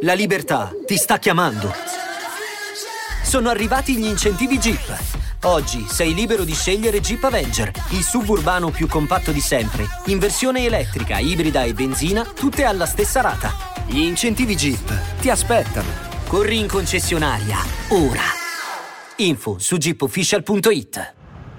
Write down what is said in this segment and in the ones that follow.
La libertà ti sta chiamando. Sono arrivati gli incentivi Jeep. Oggi sei libero di scegliere Jeep Avenger, il SUV urbano più compatto di sempre, in versione elettrica, ibrida e benzina, tutte alla stessa rata. Gli incentivi Jeep ti aspettano. Corri in concessionaria, ora. Info su jeepofficial.it.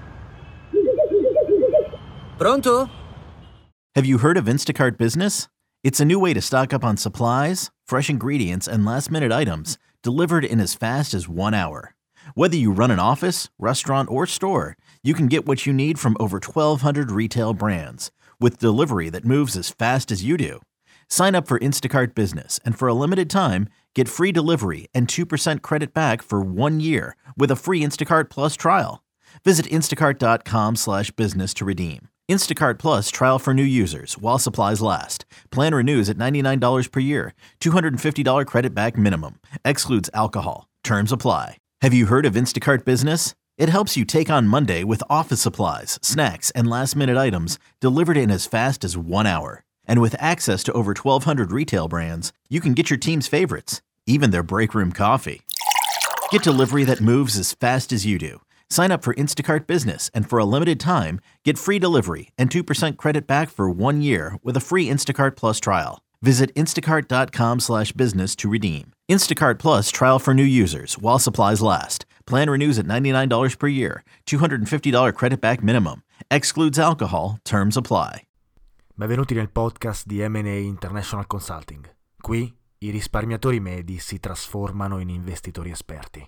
Pronto? Have you heard of Instacart Business? It's a new way to stock up on supplies, fresh ingredients, and last-minute items delivered in as fast as 1 hour. Whether you run an office, restaurant, or store, you can get what you need from over 1,200 retail brands with delivery that moves as fast as you do. Sign up for Instacart Business, and for a limited time, get free delivery and 2% credit back for 1 year with a free Instacart Plus trial. Visit instacart.com/business to redeem. Instacart Plus trial for new users while supplies last. Plan renews at $99 per year. $250 credit back minimum. Excludes alcohol. Terms apply. Have you heard of Instacart Business? It helps you take on Monday with office supplies, snacks, and last-minute items delivered in as fast as 1 hour. And with access to over 1,200 retail brands, you can get your team's favorites, even their break room coffee. Get delivery that moves as fast as you do. Sign up for Instacart Business, and for a limited time, get free delivery and 2% credit back for 1 year with a free Instacart Plus trial. Visit instacart.com/business to redeem. Instacart Plus trial for new users while supplies last. Plan renews at $99 per year. $250 credit back minimum. Excludes alcohol. Terms apply. Benvenuti nel podcast di M&A International Consulting. Qui i risparmiatori medi si trasformano in investitori esperti.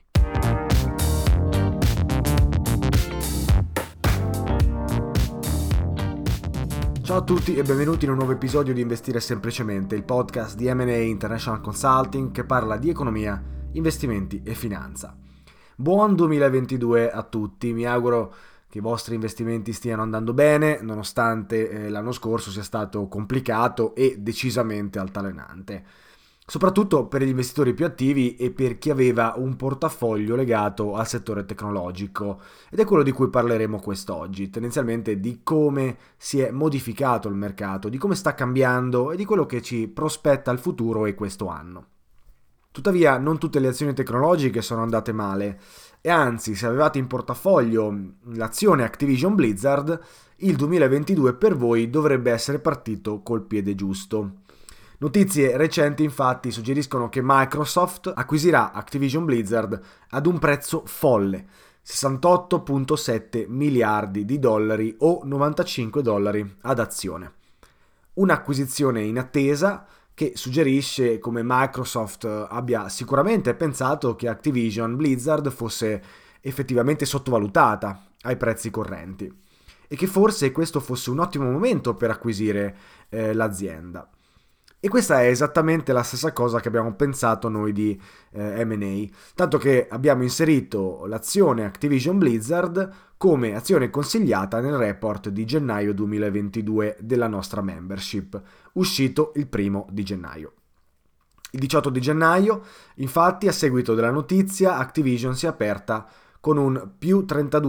Ciao a tutti e benvenuti in un nuovo episodio di Investire Semplicemente, il podcast di M&A International Consulting che parla di economia, investimenti e finanza. Buon 2022 a tutti, mi auguro che i vostri investimenti stiano andando bene, nonostante l'anno scorso sia stato complicato e decisamente altalenante. Soprattutto per gli investitori più attivi e per chi aveva un portafoglio legato al settore tecnologico, ed è quello di cui parleremo quest'oggi, tendenzialmente di come si è modificato il mercato, di come sta cambiando e di quello che ci prospetta il futuro e questo anno. Tuttavia non tutte le azioni tecnologiche sono andate male e anzi, se avevate in portafoglio l'azione Activision Blizzard, il 2022 per voi dovrebbe essere partito col piede giusto. Notizie recenti infatti suggeriscono che Microsoft acquisirà Activision Blizzard ad un prezzo folle, 68,7 miliardi di dollari o $95 ad azione. Un'acquisizione in attesa che suggerisce come Microsoft abbia sicuramente pensato che Activision Blizzard fosse effettivamente sottovalutata ai prezzi correnti e che forse questo fosse un ottimo momento per acquisire l'azienda. E questa è esattamente la stessa cosa che abbiamo pensato noi di M&A, tanto che abbiamo inserito l'azione Activision Blizzard come azione consigliata nel report di gennaio 2022 della nostra membership, uscito il 1 di gennaio. Il 18 di gennaio, infatti, a seguito della notizia, Activision si è aperta con un più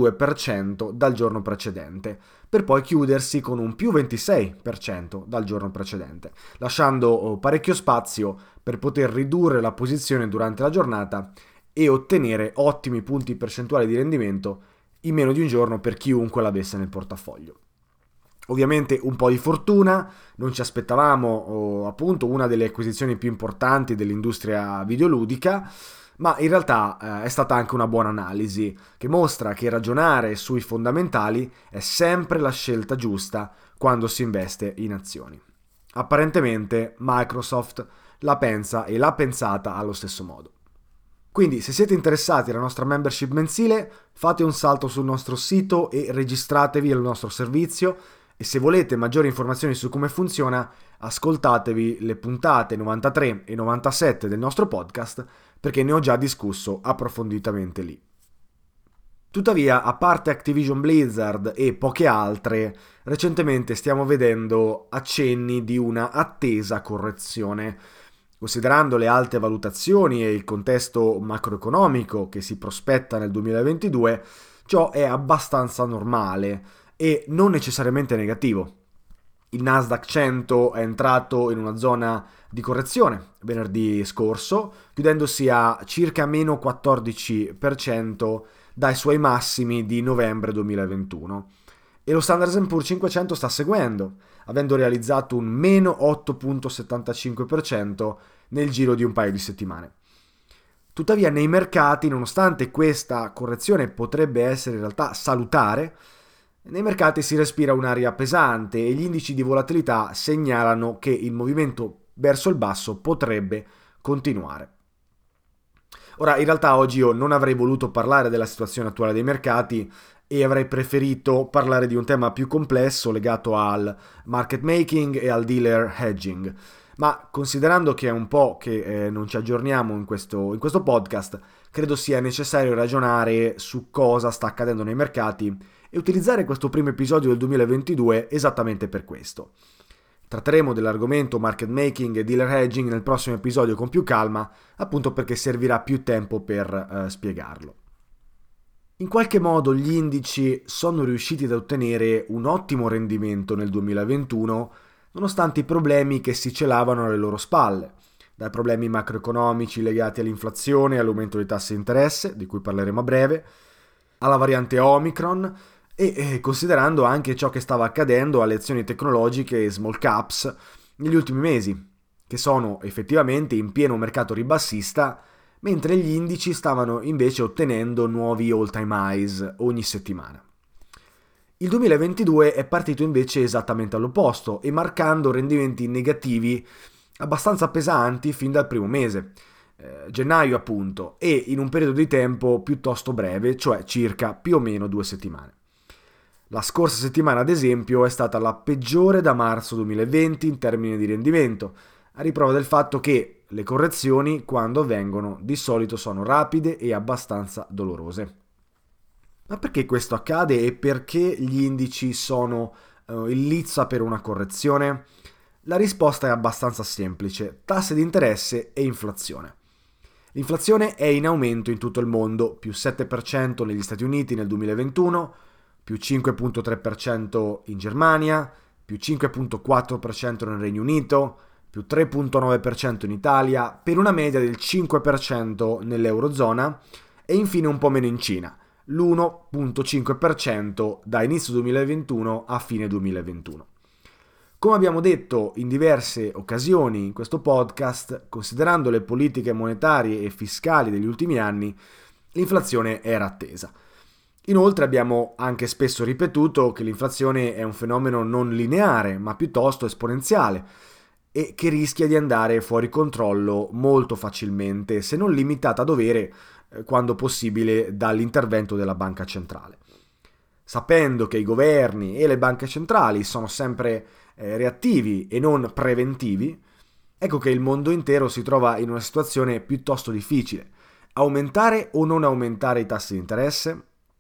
32% dal giorno precedente, per poi chiudersi con un più 26% dal giorno precedente, lasciando parecchio spazio per poter ridurre la posizione durante la giornata e ottenere ottimi punti percentuali di rendimento in meno di un giorno per chiunque l'avesse nel portafoglio. Ovviamente un po' di fortuna, non ci aspettavamo appunto una delle acquisizioni più importanti dell'industria videoludica, ma in realtà è stata anche una buona analisi che mostra che ragionare sui fondamentali è sempre la scelta giusta quando si investe in azioni. Apparentemente Microsoft la pensa e l'ha pensata allo stesso modo. Quindi se siete interessati alla nostra membership mensile, fate un salto sul nostro sito e registratevi al nostro servizio, e se volete maggiori informazioni su come funziona, ascoltatevi le puntate 93 e 97 del nostro podcast, perché ne ho già discusso approfonditamente lì. Tuttavia, a parte Activision Blizzard e poche altre, recentemente stiamo vedendo accenni di una attesa correzione. Considerando le alte valutazioni e il contesto macroeconomico che si prospetta nel 2022, ciò è abbastanza normale e non necessariamente negativo. Il Nasdaq 100 è entrato in una zona di correzione venerdì scorso, chiudendosi a circa meno 14% dai suoi massimi di novembre 2021. E lo Standard & Poor's 500 sta seguendo, avendo realizzato un meno 8,75% nel giro di un paio di settimane. Tuttavia nei mercati, nonostante questa correzione potrebbe essere in realtà salutare, nei mercati si respira un'aria pesante e gli indici di volatilità segnalano che il movimento verso il basso potrebbe continuare. Ora, in realtà oggi io non avrei voluto parlare della situazione attuale dei mercati e avrei preferito parlare di un tema più complesso legato al market making e al dealer hedging. Ma considerando che è un po' che non ci aggiorniamo in questo podcast, credo sia necessario ragionare su cosa sta accadendo nei mercati e utilizzare questo primo episodio del 2022 esattamente per questo. Tratteremo dell'argomento market making e dealer hedging nel prossimo episodio con più calma, appunto perché servirà più tempo per spiegarlo. In qualche modo gli indici sono riusciti ad ottenere un ottimo rendimento nel 2021, nonostante i problemi che si celavano alle loro spalle, dai problemi macroeconomici legati all'inflazione e all'aumento dei tassi di interesse, di cui parleremo a breve, alla variante Omicron e considerando anche ciò che stava accadendo alle azioni tecnologiche e small caps negli ultimi mesi, che sono effettivamente in pieno mercato ribassista, mentre gli indici stavano invece ottenendo nuovi all-time highs ogni settimana. Il 2022 è partito invece esattamente all'opposto e marcando rendimenti negativi abbastanza pesanti fin dal primo mese, gennaio appunto, e in un periodo di tempo piuttosto breve, cioè circa più o meno 2 settimane. La scorsa settimana, ad esempio, è stata la peggiore da marzo 2020 in termini di rendimento, a riprova del fatto che le correzioni, quando avvengono, di solito sono rapide e abbastanza dolorose. Ma perché questo accade e perché gli indici sono in lizza per una correzione? La risposta è abbastanza semplice: tassi di interesse e inflazione. L'inflazione è in aumento in tutto il mondo, più 7% negli Stati Uniti nel 2021, più 5,3% in Germania, più 5,4% nel Regno Unito, più 3,9% in Italia, per una media del 5% nell'Eurozona e infine un po' meno in Cina, l'1,5% da inizio 2021 a fine 2021. Come abbiamo detto in diverse occasioni in questo podcast, considerando le politiche monetarie e fiscali degli ultimi anni, l'inflazione era attesa. Inoltre abbiamo anche spesso ripetuto che l'inflazione è un fenomeno non lineare, ma piuttosto esponenziale e che rischia di andare fuori controllo molto facilmente, se non limitata a dovere, quando possibile, dall'intervento della banca centrale. Sapendo che i governi e le banche centrali sono sempre reattivi e non preventivi, ecco che il mondo intero si trova in una situazione piuttosto difficile. Aumentare o non aumentare i tassi di interesse?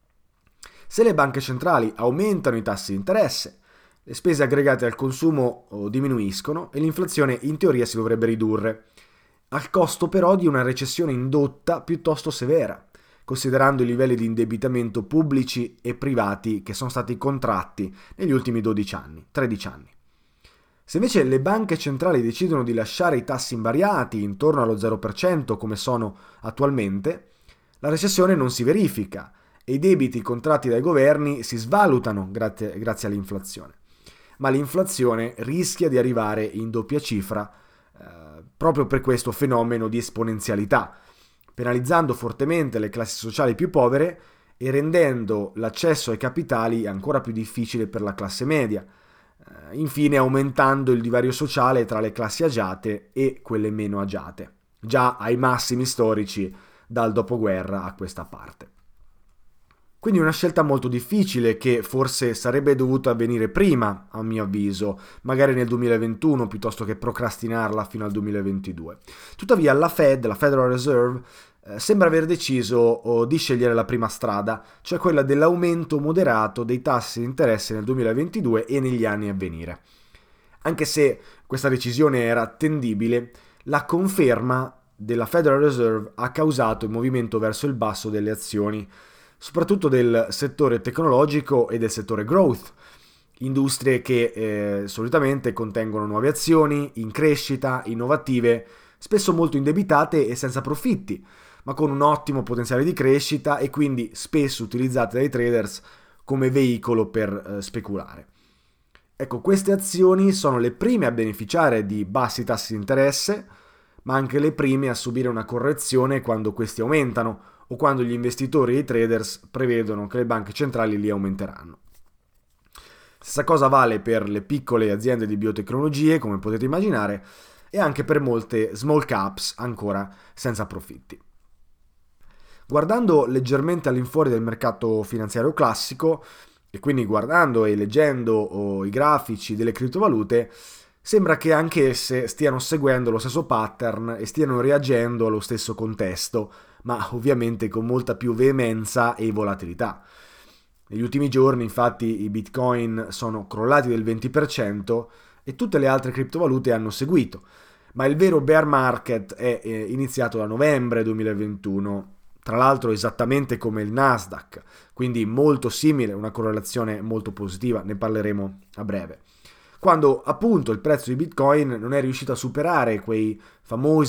Se le banche centrali aumentano i tassi di interesse, le spese aggregate al consumo diminuiscono e l'inflazione in teoria si dovrebbe ridurre, al costo però di una recessione indotta piuttosto severa, considerando i livelli di indebitamento pubblici e privati che sono stati contratti negli ultimi 13 anni. Se invece le banche centrali decidono di lasciare i tassi invariati intorno allo 0% come sono attualmente, la recessione non si verifica e i debiti contratti dai governi si svalutano grazie all'inflazione. Ma l'inflazione rischia di arrivare in doppia cifra proprio per questo fenomeno di esponenzialità, penalizzando fortemente le classi sociali più povere e rendendo l'accesso ai capitali ancora più difficile per la classe media, infine aumentando il divario sociale tra le classi agiate e quelle meno agiate, già ai massimi storici dal dopoguerra a questa parte. Quindi una scelta molto difficile che forse sarebbe dovuta avvenire prima, a mio avviso, magari nel 2021 piuttosto che procrastinarla fino al 2022. Tuttavia la Federal Reserve, sembra aver deciso di scegliere la prima strada, cioè quella dell'aumento moderato dei tassi di interesse nel 2022 e negli anni a venire. Anche se questa decisione era attendibile, la conferma della Federal Reserve ha causato il movimento verso il basso delle azioni, soprattutto del settore tecnologico e del settore growth, industrie che solitamente contengono nuove azioni, in crescita, innovative, spesso molto indebitate e senza profitti, ma con un ottimo potenziale di crescita e quindi spesso utilizzate dai traders come veicolo per speculare. Ecco, queste azioni sono le prime a beneficiare di bassi tassi di interesse, ma anche le prime a subire una correzione quando questi aumentano o quando gli investitori e i traders prevedono che le banche centrali li aumenteranno. Stessa cosa vale per le piccole aziende di biotecnologie, come potete immaginare, e anche per molte small caps ancora senza profitti. Guardando leggermente all'infuori del mercato finanziario classico, e quindi guardando e leggendo i grafici delle criptovalute, sembra che anche esse stiano seguendo lo stesso pattern e stiano reagendo allo stesso contesto, ma ovviamente con molta più veemenza e volatilità. Negli ultimi giorni, infatti, i bitcoin sono crollati del 20% e tutte le altre criptovalute hanno seguito, ma il vero bear market è iniziato da novembre 2021, tra l'altro esattamente come il Nasdaq, quindi molto simile, una correlazione molto positiva, ne parleremo a breve. Quando appunto il prezzo di Bitcoin non è riuscito a superare quei famosi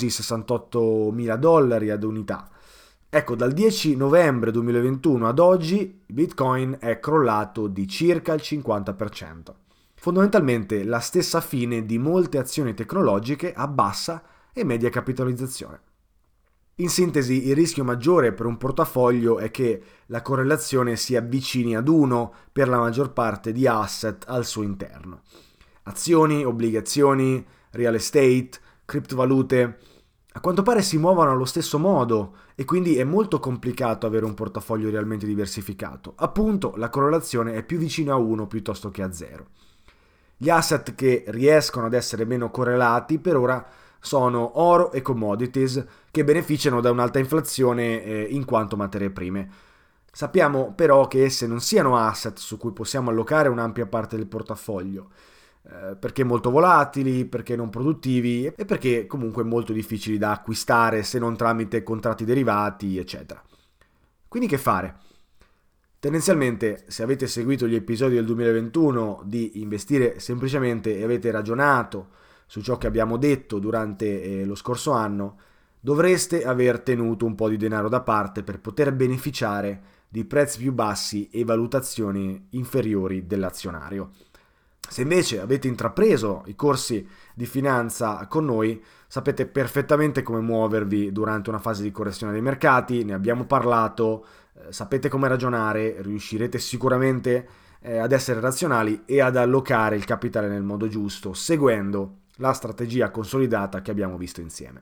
$68.000 ad unità. Ecco, dal 10 novembre 2021 ad oggi Bitcoin è crollato di circa il 50%. Fondamentalmente la stessa fine di molte azioni tecnologiche a bassa e media capitalizzazione. In sintesi, il rischio maggiore per un portafoglio è che la correlazione si avvicini ad 1 per la maggior parte di asset al suo interno. Azioni, obbligazioni, real estate, criptovalute, a quanto pare si muovono allo stesso modo e quindi è molto complicato avere un portafoglio realmente diversificato. Appunto, la correlazione è più vicina a 1 piuttosto che a 0. Gli asset che riescono ad essere meno correlati per ora sono oro e commodities, che beneficiano da un'alta inflazione in quanto materie prime. Sappiamo però che esse non siano asset su cui possiamo allocare un'ampia parte del portafoglio, perché molto volatili, perché non produttivi e perché comunque molto difficili da acquistare se non tramite contratti derivati, eccetera. Quindi che fare? Tendenzialmente, se avete seguito gli episodi del 2021 di Investire Semplicemente e avete ragionato su ciò che abbiamo detto durante lo scorso anno, dovreste aver tenuto un po' di denaro da parte per poter beneficiare di prezzi più bassi e valutazioni inferiori dell'azionario. Se invece avete intrapreso i corsi di finanza con noi, sapete perfettamente come muovervi durante una fase di correzione dei mercati, ne abbiamo parlato, sapete come ragionare, riuscirete sicuramente ad essere razionali e ad allocare il capitale nel modo giusto, seguendo la strategia consolidata che abbiamo visto insieme.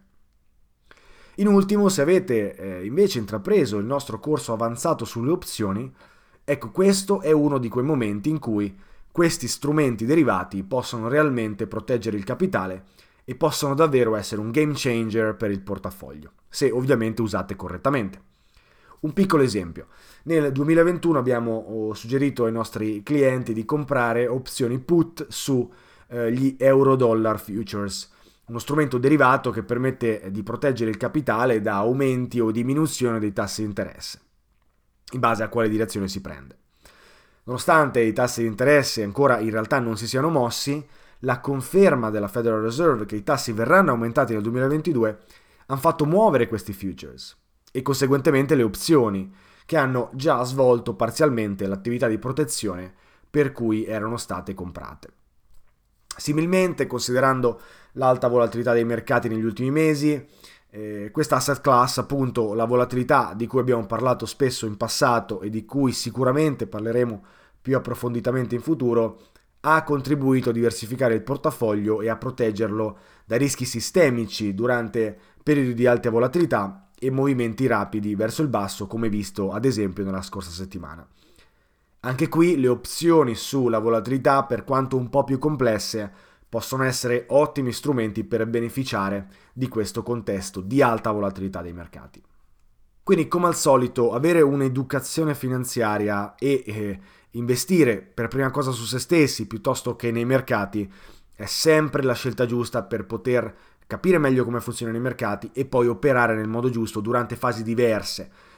In ultimo, se avete invece intrapreso il nostro corso avanzato sulle opzioni, ecco, questo è uno di quei momenti in cui questi strumenti derivati possono realmente proteggere il capitale e possono davvero essere un game changer per il portafoglio, se ovviamente usate correttamente. Un piccolo esempio: nel 2021 abbiamo suggerito ai nostri clienti di comprare opzioni put su gli euro-dollar futures, uno strumento derivato che permette di proteggere il capitale da aumenti o diminuzione dei tassi di interesse, in base a quale direzione si prende. Nonostante i tassi di interesse ancora in realtà non si siano mossi, la conferma della Federal Reserve che i tassi verranno aumentati nel 2022 hanno fatto muovere questi futures e conseguentemente le opzioni, che hanno già svolto parzialmente l'attività di protezione per cui erano state comprate. Similmente, considerando l'alta volatilità dei mercati negli ultimi mesi, questa asset class, appunto la volatilità di cui abbiamo parlato spesso in passato e di cui sicuramente parleremo più approfonditamente in futuro, ha contribuito a diversificare il portafoglio e a proteggerlo da rischi sistemici durante periodi di alta volatilità e movimenti rapidi verso il basso, come visto ad esempio nella scorsa settimana. Anche qui le opzioni sulla volatilità, per quanto un po' più complesse, possono essere ottimi strumenti per beneficiare di questo contesto di alta volatilità dei mercati. Quindi, come al solito, avere un'educazione finanziaria e investire per prima cosa su se stessi piuttosto che nei mercati è sempre la scelta giusta per poter capire meglio come funzionano i mercati e poi operare nel modo giusto durante fasi diverse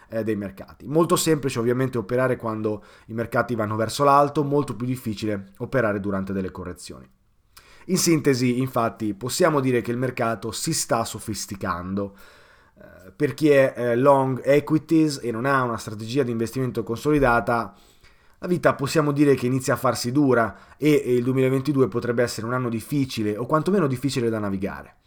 dei mercati. Molto semplice ovviamente operare quando i mercati vanno verso l'alto, molto più difficile operare durante delle correzioni. In sintesi, infatti, possiamo dire che il mercato si sta sofisticando. Per chi è long equities e non ha una strategia di investimento consolidata, la vita possiamo dire che inizia a farsi dura e il 2022 potrebbe essere un anno difficile o quantomeno difficile da navigare.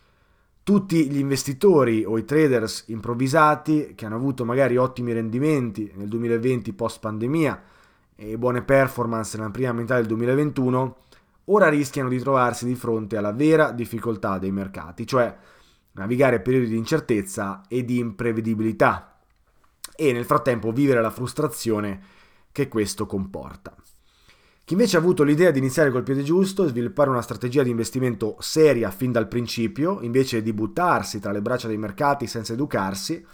Tutti gli investitori o i traders improvvisati che hanno avuto magari ottimi rendimenti nel 2020 post pandemia e buone performance nella prima metà del 2021 ora rischiano di trovarsi di fronte alla vera difficoltà dei mercati, cioè navigare periodi di incertezza e di imprevedibilità e nel frattempo vivere la frustrazione che questo comporta. Chi invece ha avuto l'idea di iniziare col piede giusto e sviluppare una strategia di investimento seria fin dal principio, invece di buttarsi tra le braccia dei mercati senza educarsi,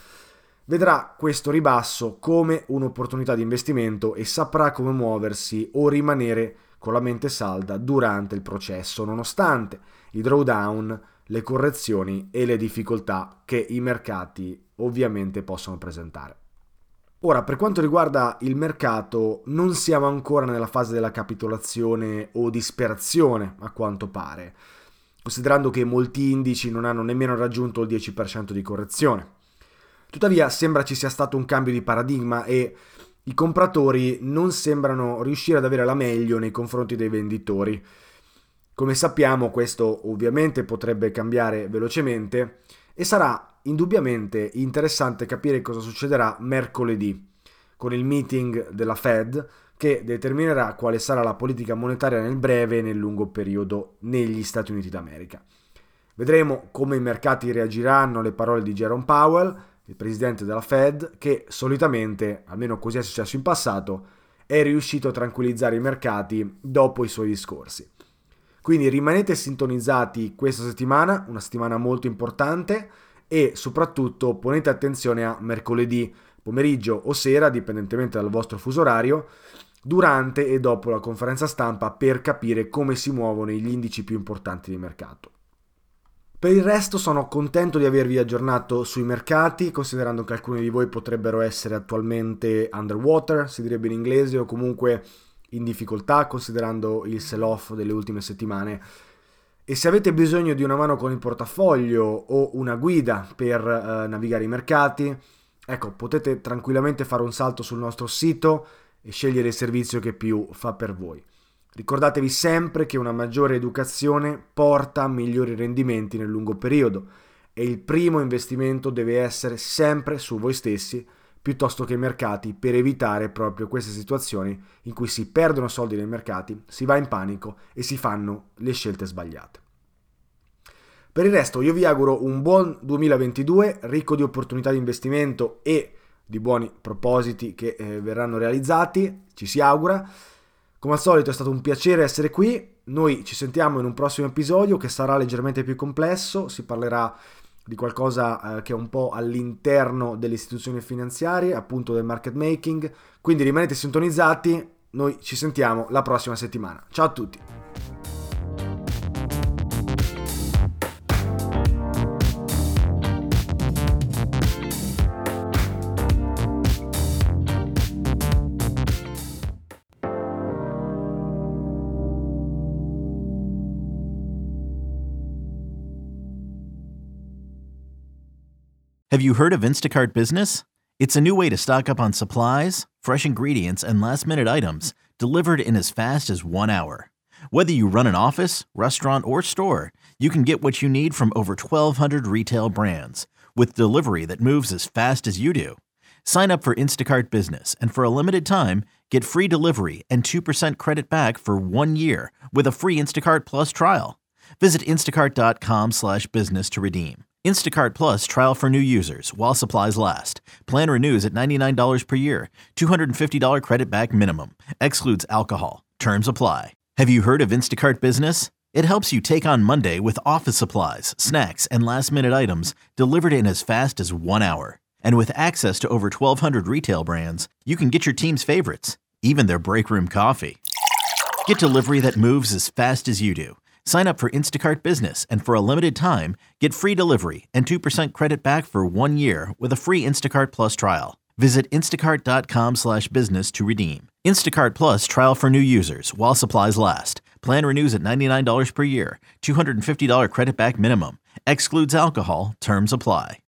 vedrà questo ribasso come un'opportunità di investimento e saprà come muoversi o rimanere con la mente salda durante il processo, nonostante i drawdown, le correzioni e le difficoltà che i mercati ovviamente possono presentare. Ora, per quanto riguarda il mercato, non siamo ancora nella fase della capitolazione o disperazione, a quanto pare, considerando che molti indici non hanno nemmeno raggiunto il 10% di correzione. Tuttavia, sembra ci sia stato un cambio di paradigma e i compratori non sembrano riuscire ad avere la meglio nei confronti dei venditori. Come sappiamo, questo ovviamente potrebbe cambiare velocemente e sarà indubbiamente interessante capire cosa succederà mercoledì con il meeting della Fed che determinerà quale sarà la politica monetaria nel breve e nel lungo periodo negli Stati Uniti d'America. Vedremo come i mercati reagiranno alle parole di Jerome Powell, il presidente della Fed, che solitamente, almeno così è successo in passato, è riuscito a tranquillizzare i mercati dopo i suoi discorsi. Quindi rimanete sintonizzati questa settimana, una settimana molto importante, e soprattutto ponete attenzione a mercoledì pomeriggio o sera, dipendentemente dal vostro fuso orario, durante e dopo la conferenza stampa per capire come si muovono gli indici più importanti di mercato. Per il resto sono contento di avervi aggiornato sui mercati, considerando che alcuni di voi potrebbero essere attualmente underwater, si direbbe in inglese, o comunque in difficoltà considerando il sell-off delle ultime settimane. E se avete bisogno di una mano con il portafoglio o una guida per navigare i mercati, ecco, potete tranquillamente fare un salto sul nostro sito e scegliere il servizio che più fa per voi. Ricordatevi sempre che una maggiore educazione porta a migliori rendimenti nel lungo periodo e il primo investimento deve essere sempre su voi stessi piuttosto che i mercati, per evitare proprio queste situazioni in cui si perdono soldi nei mercati, si va in panico e si fanno le scelte sbagliate. Per il resto io vi auguro un buon 2022 ricco di opportunità di investimento e di buoni propositi che verranno realizzati, ci si augura. Come al solito è stato un piacere essere qui, noi ci sentiamo in un prossimo episodio che sarà leggermente più complesso, si parlerà di qualcosa che è un po' all'interno delle istituzioni finanziarie, appunto del market making, quindi rimanete sintonizzati, noi ci sentiamo la prossima settimana. Ciao a tutti! Have you heard of Instacart Business? It's a new way to stock up on supplies, fresh ingredients, and last-minute items delivered in as fast as 1 hour. Whether you run an office, restaurant, or store, you can get what you need from over 1,200 retail brands with delivery that moves as fast as you do. Sign up for Instacart Business, and for a limited time, get free delivery and 2% credit back for 1 year with a free Instacart Plus trial. Visit instacart.com/business to redeem. Instacart Plus trial for new users while supplies last. Plan renews at $99 per year. $250 credit back minimum. Excludes alcohol. Terms apply. Have you heard of Instacart Business? It helps you take on Monday with office supplies, snacks, and last-minute items delivered in as fast as 1 hour. And with access to over 1,200 retail brands, you can get your team's favorites, even their break room coffee. Get delivery that moves as fast as you do. Sign up for Instacart Business, and for a limited time, get free delivery and 2% credit back for 1 year with a free Instacart Plus trial. Visit instacart.com/business to redeem. Instacart Plus trial for new users while supplies last. Plan renews at $99 per year. $250 credit back minimum. Excludes alcohol. Terms apply.